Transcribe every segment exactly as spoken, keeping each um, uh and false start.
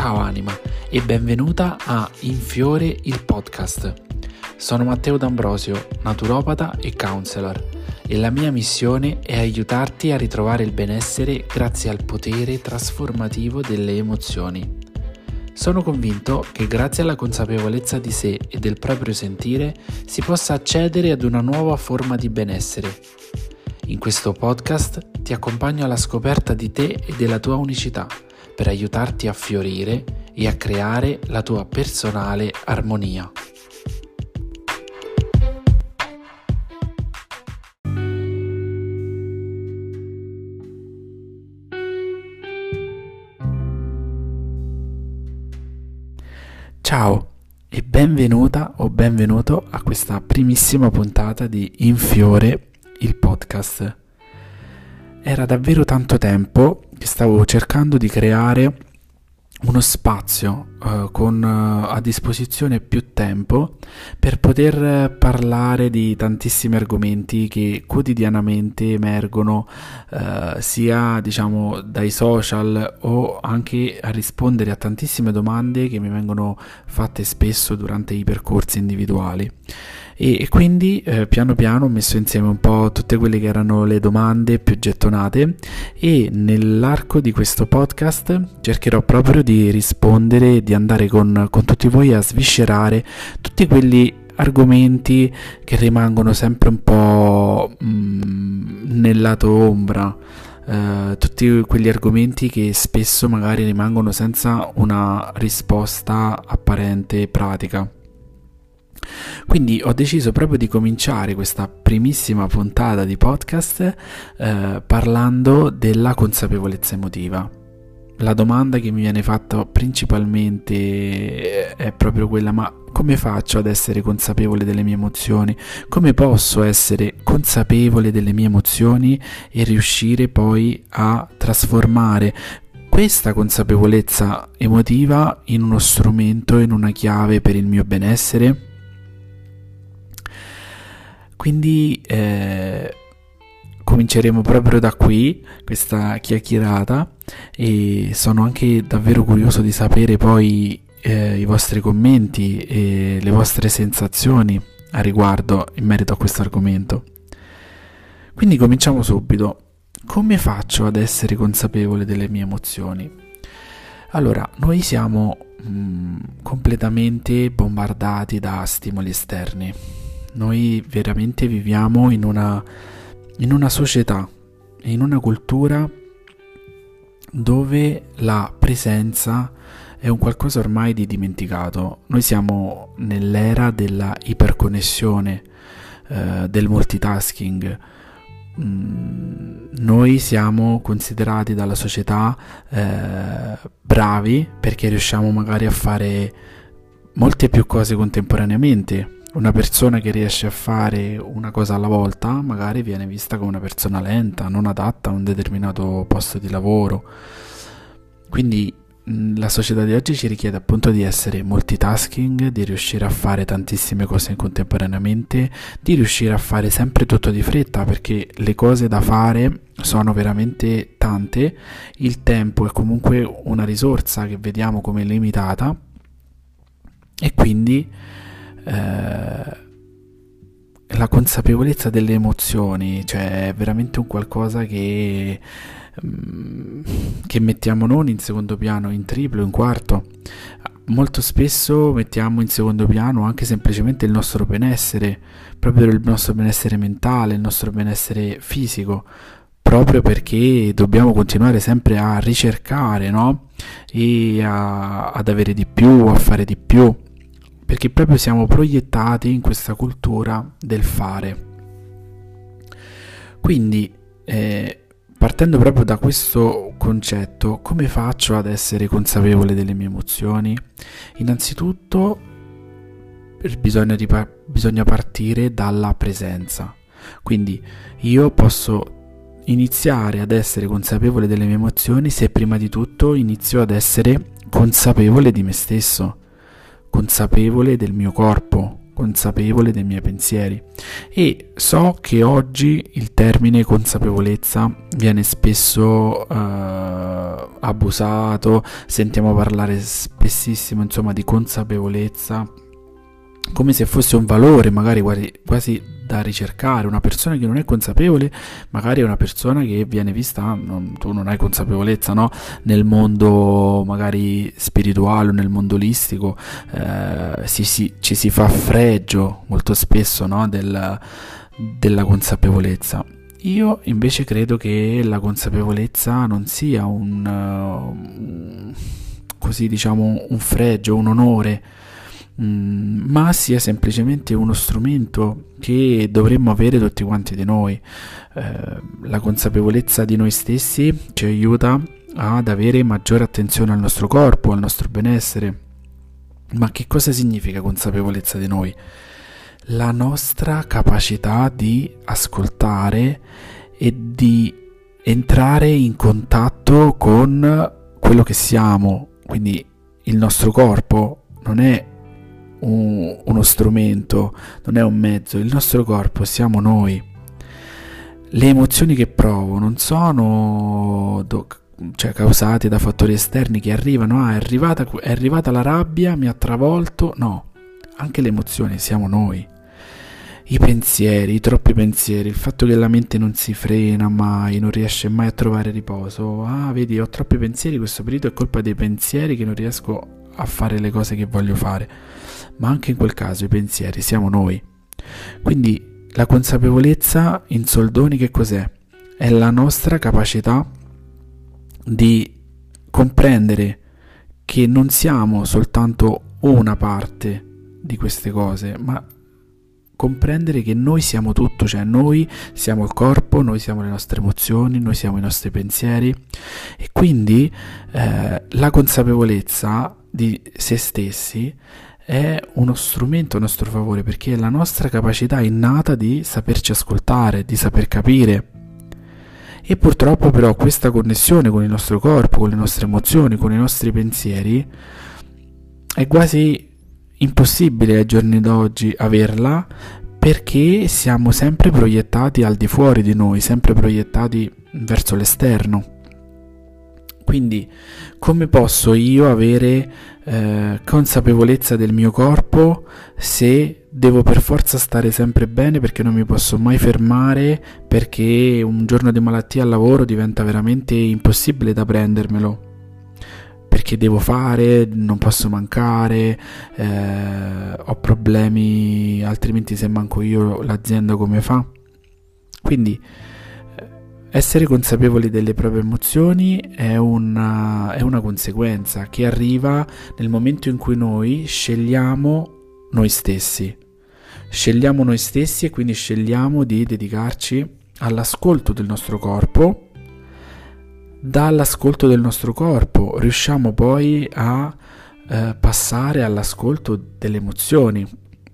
Ciao anima e benvenuta a In Fiore il podcast. Sono Matteo D'Ambrosio, naturopata e counselor, e la mia missione è aiutarti a ritrovare il benessere grazie al potere trasformativo delle emozioni. Sono convinto che grazie alla consapevolezza di sé e del proprio sentire si possa accedere ad una nuova forma di benessere. In questo podcast ti accompagno alla scoperta di te e della tua unicità, per aiutarti a fiorire e a creare la tua personale armonia. Ciao e benvenuta o benvenuto a questa primissima puntata di In Fiore il podcast. Era davvero tanto tempo che stavo cercando di creare uno spazio uh, con uh, a disposizione più tempo per poter parlare di tantissimi argomenti che quotidianamente emergono uh, sia diciamo dai social o anche a rispondere a tantissime domande che mi vengono fatte spesso durante i percorsi individuali. E quindi eh, piano piano ho messo insieme un po' tutte quelle che erano le domande più gettonate e nell'arco di questo podcast cercherò proprio di rispondere, di andare con, con tutti voi a sviscerare tutti quelli argomenti che rimangono sempre un po' mh, nel lato ombra, uh, tutti quegli argomenti che spesso magari rimangono senza una risposta apparente e pratica. Quindi ho deciso proprio di cominciare questa primissima puntata di podcast eh, parlando della consapevolezza emotiva. La domanda che mi viene fatta principalmente è proprio quella: ma come faccio ad essere consapevole delle mie emozioni? Come posso essere consapevole delle mie emozioni e riuscire poi a trasformare questa consapevolezza emotiva in uno strumento, in una chiave per il mio benessere? Quindi eh, cominceremo proprio da qui questa chiacchierata e sono anche davvero curioso di sapere poi eh, i vostri commenti e le vostre sensazioni a riguardo in merito a questo argomento. Quindi cominciamo subito. Come faccio ad essere consapevole delle mie emozioni? Allora, noi siamo mh, completamente bombardati da stimoli esterni. Noi veramente viviamo in una, in una società e in una cultura dove la presenza è un qualcosa ormai di dimenticato. Noi siamo nell'era della iperconnessione, eh, del multitasking. Mm, noi siamo considerati dalla società eh, bravi perché riusciamo magari a fare molte più cose contemporaneamente. Una persona che riesce a fare una cosa alla volta magari viene vista come una persona lenta, non adatta a un determinato posto di lavoro. Quindi mh, la società di oggi ci richiede appunto di essere multitasking, di riuscire a fare tantissime cose contemporaneamente, di riuscire a fare sempre tutto di fretta, perché le cose da fare sono veramente tante. Il tempo è comunque una risorsa che vediamo come limitata e quindi Eh, la consapevolezza delle emozioni, cioè è veramente un qualcosa che, mm, che mettiamo non in secondo piano, in triplo, in quarto. Molto spesso mettiamo in secondo piano anche semplicemente il nostro benessere, proprio il nostro benessere mentale, il nostro benessere fisico, proprio perché dobbiamo continuare sempre a ricercare, no? E a, ad avere di più, a fare di più, perché proprio siamo proiettati in questa cultura del fare. Quindi eh, partendo proprio da questo concetto, come faccio ad essere consapevole delle mie emozioni? Innanzitutto bisogna, ripar- bisogna partire dalla presenza. Quindi io posso iniziare ad essere consapevole delle mie emozioni se prima di tutto inizio ad essere consapevole di me stesso, consapevole del mio corpo, consapevole dei miei pensieri. E so che oggi il termine consapevolezza viene spesso eh, abusato, sentiamo parlare spessissimo, insomma, di consapevolezza come se fosse un valore magari quasi, quasi da ricercare. Una persona che non è consapevole magari è una persona che viene vista, non, tu non hai consapevolezza, no? Nel mondo magari spirituale o nel mondo olistico eh, si, si, ci si fa fregio molto spesso, no? Del, della consapevolezza. Io invece credo che la consapevolezza non sia un uh, così diciamo un fregio, un onore, Mm, ma sia semplicemente uno strumento che dovremmo avere tutti quanti di noi. Eh, la consapevolezza di noi stessi ci aiuta ad avere maggiore attenzione al nostro corpo, al nostro benessere. Ma che cosa significa consapevolezza di noi? La nostra capacità di ascoltare e di entrare in contatto con quello che siamo. Quindi il nostro corpo non è uno strumento, non è un mezzo, il nostro corpo siamo noi. Le emozioni che provo non sono do, cioè, causate da fattori esterni che arrivano, ah, è arrivata, è arrivata la rabbia, mi ha travolto. No, anche le emozioni siamo noi. I pensieri, i troppi pensieri, il fatto che la mente non si frena mai, non riesce mai a trovare riposo. Ah, vedi, ho troppi pensieri, questo periodo è colpa dei pensieri che non riesco a fare le cose che voglio fare. Ma anche in quel caso i pensieri siamo noi. Quindi la consapevolezza in soldoni che cos'è? È la nostra capacità di comprendere che non siamo soltanto una parte di queste cose, ma comprendere che noi siamo tutto, cioè noi siamo il corpo, noi siamo le nostre emozioni, noi siamo i nostri pensieri. E quindi eh, la consapevolezza di se stessi è uno strumento a nostro favore, perché è la nostra capacità innata di saperci ascoltare, di saper capire. E purtroppo però questa connessione con il nostro corpo, con le nostre emozioni, con i nostri pensieri è quasi impossibile ai giorni d'oggi averla, perché siamo sempre proiettati al di fuori di noi, sempre proiettati verso l'esterno. Quindi come posso io avere eh, consapevolezza del mio corpo se devo per forza stare sempre bene, perché non mi posso mai fermare, perché un giorno di malattia al lavoro diventa veramente impossibile da prendermelo, perché devo fare, non posso mancare, eh, ho problemi, altrimenti se manco io l'azienda come fa? Quindi essere consapevoli delle proprie emozioni è una, è una conseguenza che arriva nel momento in cui noi scegliamo noi stessi. Scegliamo noi stessi e quindi scegliamo di dedicarci all'ascolto del nostro corpo. Dall'ascolto del nostro corpo riusciamo poi a eh, passare all'ascolto delle emozioni,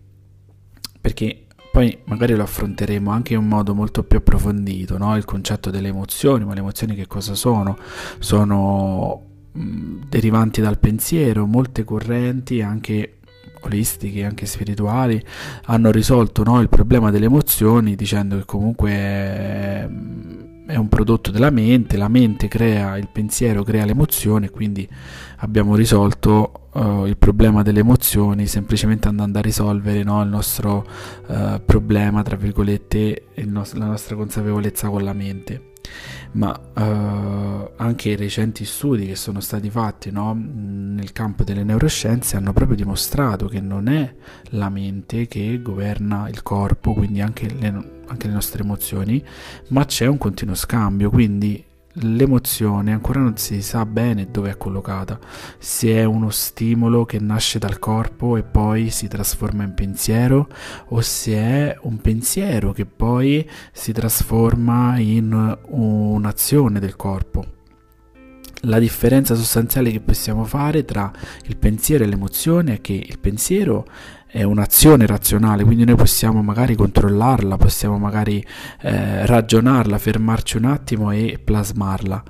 perché poi magari lo affronteremo anche in un modo molto più approfondito, no? Il concetto delle emozioni. Ma le emozioni che cosa sono? Sono mh, derivanti dal pensiero. Molte correnti, anche olistiche, anche spirituali, hanno risolto, no, il problema delle emozioni dicendo che comunque è, è un prodotto della mente, la mente crea il pensiero, crea l'emozione, quindi abbiamo risolto uh, il problema delle emozioni semplicemente andando a risolvere, no, il nostro uh, problema, tra virgolette, il nos- la nostra consapevolezza con la mente. Ma uh, anche i recenti studi che sono stati fatti, no, nel campo delle neuroscienze hanno proprio dimostrato che non è la mente che governa il corpo, quindi anche le, anche le nostre emozioni, ma c'è un continuo scambio. Quindi l'emozione ancora non si sa bene dove è collocata, se è uno stimolo che nasce dal corpo e poi si trasforma in pensiero, o se è un pensiero che poi si trasforma in un'azione del corpo. La differenza sostanziale che possiamo fare tra il pensiero e l'emozione è che il pensiero è un'azione razionale, quindi noi possiamo magari controllarla, possiamo magari eh, ragionarla, fermarci un attimo e plasmarla.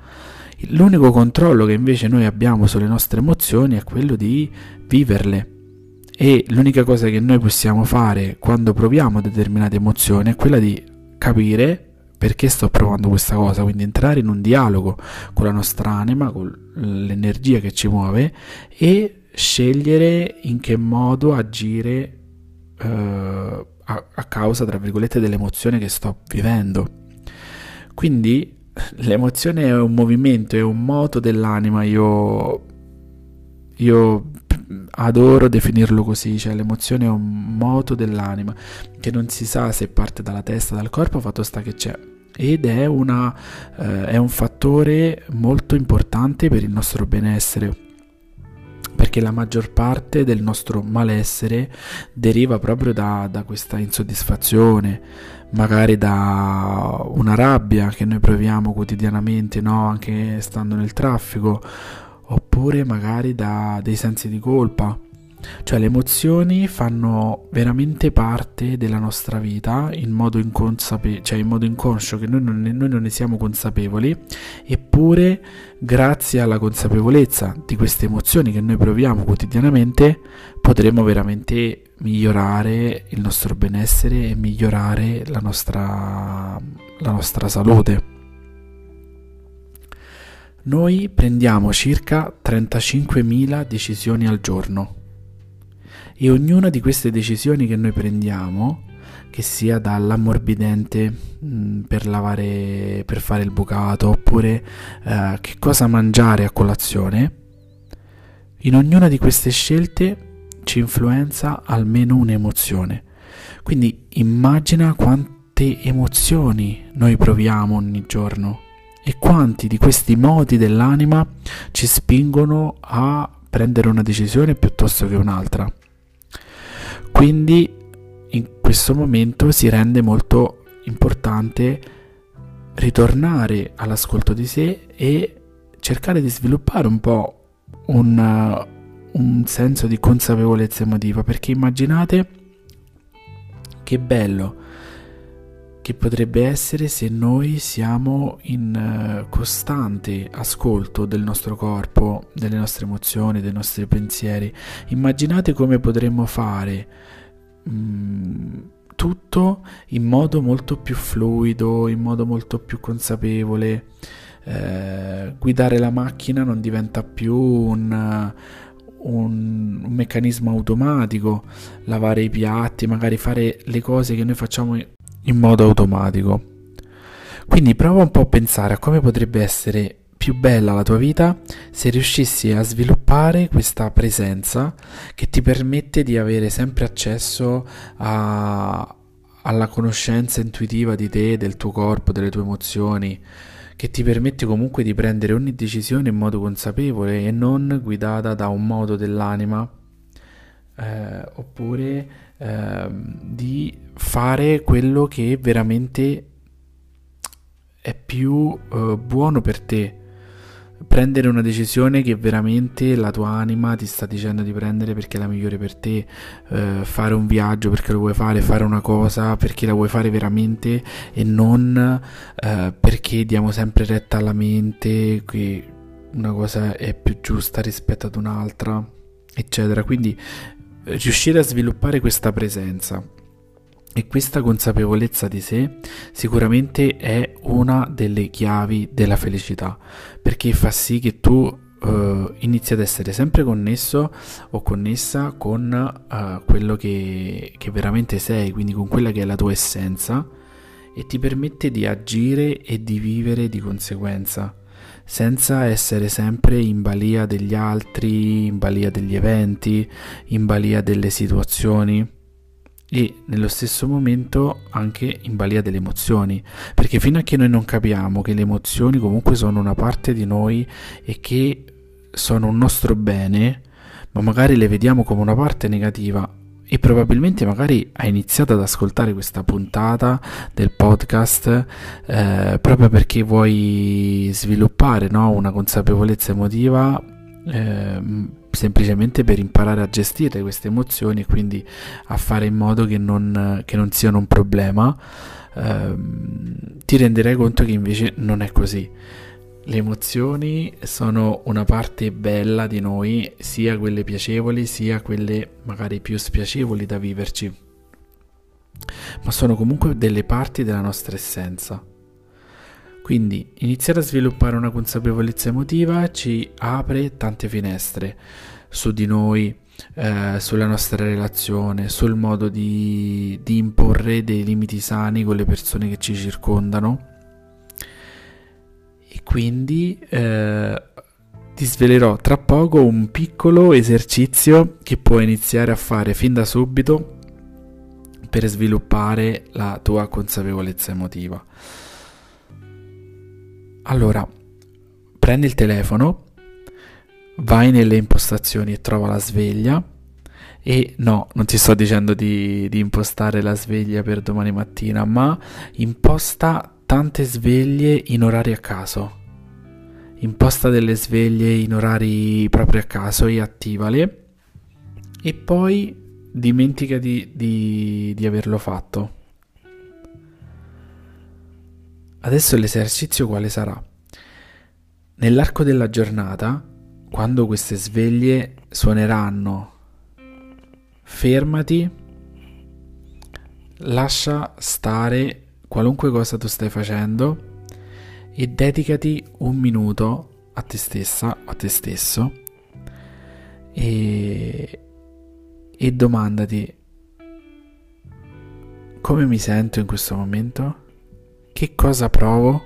L'unico controllo che invece noi abbiamo sulle nostre emozioni è quello di viverle e l'unica cosa che noi possiamo fare quando proviamo determinate emozioni è quella di capire perché sto provando questa cosa, quindi entrare in un dialogo con la nostra anima, con l'energia che ci muove e scegliere in che modo agire eh, a, a causa, tra virgolette, dell'emozione che sto vivendo. Quindi l'emozione è un movimento, è un moto dell'anima, io, io adoro definirlo così, cioè l'emozione è un moto dell'anima che non si sa se parte dalla testa, dal corpo, fatto sta che c'è, ed è, una, eh, è un fattore molto importante per il nostro benessere, perché la maggior parte del nostro malessere deriva proprio da, da questa insoddisfazione, magari da una rabbia che noi proviamo quotidianamente, no? Anche stando nel traffico, oppure magari da dei sensi di colpa. Cioè le emozioni fanno veramente parte della nostra vita in modo inconsape- cioè in modo inconscio, che noi non, ne, noi non ne siamo consapevoli, eppure grazie alla consapevolezza di queste emozioni che noi proviamo quotidianamente potremo veramente migliorare il nostro benessere e migliorare la nostra, la nostra salute. Noi prendiamo circa trentacinquemila decisioni al giorno e ognuna di queste decisioni che noi prendiamo, che sia dall'ammorbidente mh, per lavare, per fare il bucato, oppure eh, che cosa mangiare a colazione, in ognuna di queste scelte ci influenza almeno un'emozione. Quindi immagina quante emozioni noi proviamo ogni giorno e quanti di questi moti dell'anima ci spingono a prendere una decisione piuttosto che un'altra. Quindi in questo momento si rende molto importante ritornare all'ascolto di sé e cercare di sviluppare un po' un, un senso di consapevolezza emotiva, perché immaginate che bello che potrebbe essere se noi siamo in uh, costante ascolto del nostro corpo, delle nostre emozioni, dei nostri pensieri. Immaginate come potremmo fare mh, tutto in modo molto più fluido, in modo molto più consapevole. Eh, guidare la macchina non diventa più un, un, un meccanismo automatico, lavare i piatti, magari fare le cose che noi facciamo in modo automatico. Quindi prova un po' a pensare a come potrebbe essere più bella la tua vita se riuscissi a sviluppare questa presenza che ti permette di avere sempre accesso a, alla conoscenza intuitiva di te, del tuo corpo, delle tue emozioni, che ti permette comunque di prendere ogni decisione in modo consapevole e non guidata da un modo dell'anima, eh, oppure eh, di fare quello che veramente è più eh, buono per te, prendere una decisione che veramente la tua anima ti sta dicendo di prendere perché è la migliore per te, eh, fare un viaggio perché lo vuoi fare, fare una cosa perché la vuoi fare veramente e non eh, perché diamo sempre retta alla mente che una cosa è più giusta rispetto ad un'altra, eccetera. Quindi riuscire a sviluppare questa presenza e questa consapevolezza di sé sicuramente è una delle chiavi della felicità, perché fa sì che tu uh, inizi ad essere sempre connesso o connessa con uh, quello che, che veramente sei, quindi con quella che è la tua essenza, e ti permette di agire e di vivere di conseguenza, senza essere sempre in balia degli altri, in balia degli eventi, in balia delle situazioni e nello stesso momento anche in balia delle emozioni, perché fino a che noi non capiamo che le emozioni comunque sono una parte di noi e che sono un nostro bene, ma magari le vediamo come una parte negativa, e probabilmente magari hai iniziato ad ascoltare questa puntata del podcast eh, proprio perché vuoi sviluppare, no, una consapevolezza emotiva, eh, semplicemente per imparare a gestire queste emozioni e quindi a fare in modo che non, che non siano un problema. Eh, ti renderai conto che invece non è così. Le emozioni sono una parte bella di noi, sia quelle piacevoli, sia quelle magari più spiacevoli da viverci, ma sono comunque delle parti della nostra essenza. Quindi iniziare a sviluppare una consapevolezza emotiva ci apre tante finestre su di noi, eh, sulla nostra relazione, sul modo di, di imporre dei limiti sani con le persone che ci circondano. E quindi eh, ti svelerò tra poco un piccolo esercizio che puoi iniziare a fare fin da subito per sviluppare la tua consapevolezza emotiva. Allora, prendi il telefono, vai nelle impostazioni e trova la sveglia. E no, non ti sto dicendo di, di impostare la sveglia per domani mattina, ma imposta tante sveglie in orari a caso. Imposta delle sveglie in orari proprio a caso e attivale, e poi dimenticati di, di averlo fatto. Adesso l'esercizio quale sarà? Nell'arco della giornata, quando queste sveglie suoneranno, fermati, lascia stare qualunque cosa tu stai facendo e dedicati un minuto a te stessa, a te stesso, e, e domandati: come mi sento in questo momento? Che cosa provo?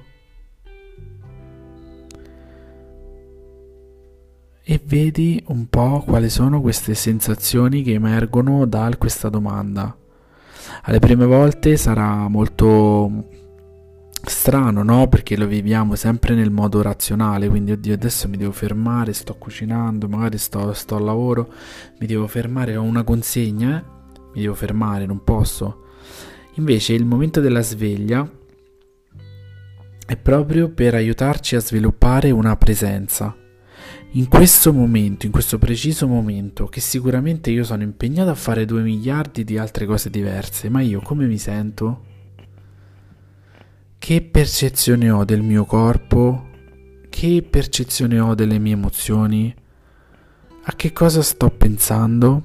E vedi un po' quali sono queste sensazioni che emergono da questa domanda. Alle prime volte sarà molto strano, no? Perché lo viviamo sempre nel modo razionale, quindi oddio, adesso mi devo fermare, sto cucinando, magari sto, sto al lavoro, mi devo fermare, ho una consegna, eh? Mi devo fermare, non posso. Invece il momento della sveglia è proprio per aiutarci a sviluppare una presenza. In questo momento, in questo preciso momento, che sicuramente io sono impegnato a fare due miliardi di altre cose diverse, ma io come mi sento? Che percezione ho del mio corpo? Che percezione ho delle mie emozioni? A che cosa sto pensando?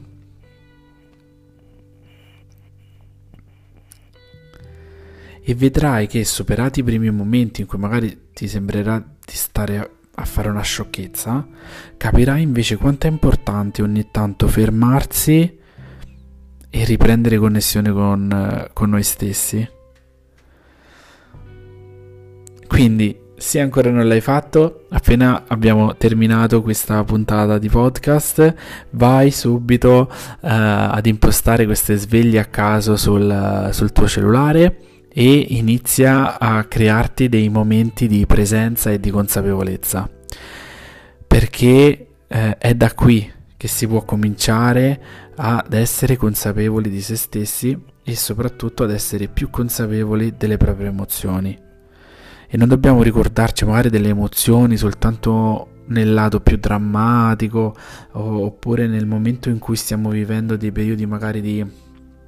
E vedrai che, superati i primi momenti in cui magari ti sembrerà di stare a, a fare una sciocchezza, capirai invece quanto è importante ogni tanto fermarsi e riprendere connessione con, con noi stessi. Quindi, se ancora non l'hai fatto, appena abbiamo terminato questa puntata di podcast, vai subito uh, ad impostare queste sveglie a caso sul, sul tuo cellulare e inizia a crearti dei momenti di presenza e di consapevolezza, perché eh, è da qui che si può cominciare ad essere consapevoli di se stessi e soprattutto ad essere più consapevoli delle proprie emozioni. E non dobbiamo ricordarci magari delle emozioni soltanto nel lato più drammatico, oppure nel momento in cui stiamo vivendo dei periodi magari di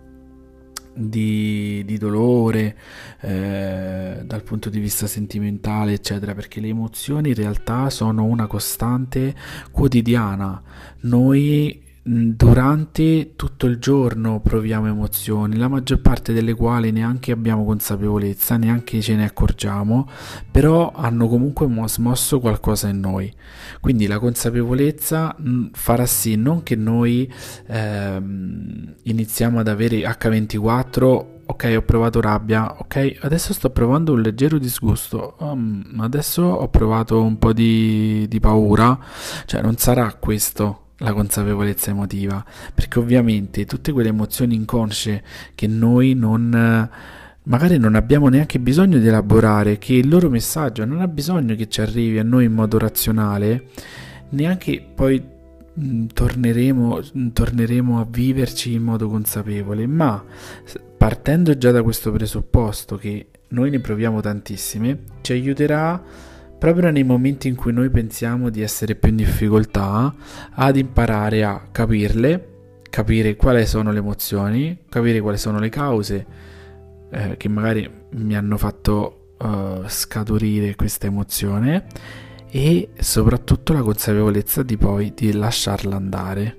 Di, di dolore eh, dal punto di vista sentimentale, eccetera, perché le emozioni in realtà sono una costante quotidiana. Noi durante tutto il giorno proviamo emozioni, la maggior parte delle quali neanche abbiamo consapevolezza, neanche ce ne accorgiamo, però hanno comunque smosso qualcosa in noi. Quindi la consapevolezza farà sì non che noi ehm, iniziamo ad avere acca ventiquattro, ok, ho provato rabbia, ok, adesso sto provando un leggero disgusto, um, adesso ho provato un po' di, di paura, cioè non sarà questo la consapevolezza emotiva, perché ovviamente tutte quelle emozioni inconsce che noi non magari non abbiamo neanche bisogno di elaborare, che il loro messaggio non ha bisogno che ci arrivi a noi in modo razionale, neanche poi mh, torneremo, mh, torneremo a viverci in modo consapevole, ma partendo già da questo presupposto che noi ne proviamo tantissime, ci aiuterà proprio nei momenti in cui noi pensiamo di essere più in difficoltà ad imparare a capirle, capire quali sono le emozioni, capire quali sono le cause eh, che magari mi hanno fatto uh, scaturire questa emozione e soprattutto la consapevolezza di poi di lasciarla andare.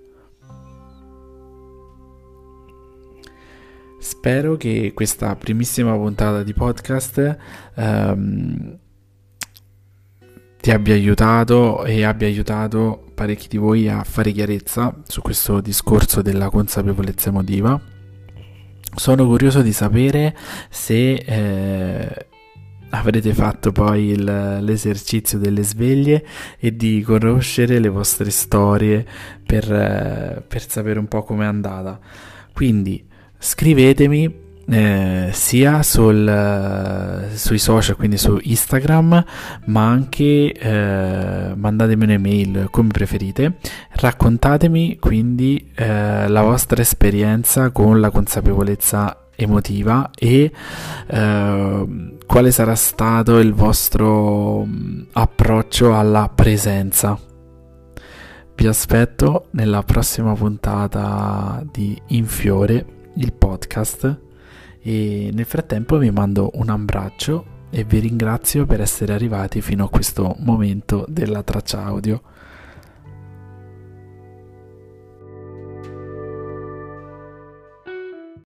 Spero che questa primissima puntata di podcast um, ti abbia aiutato e abbia aiutato parecchi di voi a fare chiarezza su questo discorso della consapevolezza emotiva. Sono curioso di sapere se eh, avrete fatto poi il, l'esercizio delle sveglie e di conoscere le vostre storie per, eh, per sapere un po' com'è andata. Quindi scrivetemi eh, sia sul, sui social, quindi su Instagram, ma anche eh, mandatemi un'email, come preferite. Raccontatemi quindi eh, la vostra esperienza con la consapevolezza emotiva e eh, quale sarà stato il vostro approccio alla presenza. Vi aspetto nella prossima puntata di In Fiore, il podcast, e nel frattempo vi mando un abbraccio e vi ringrazio per essere arrivati fino a questo momento della traccia audio.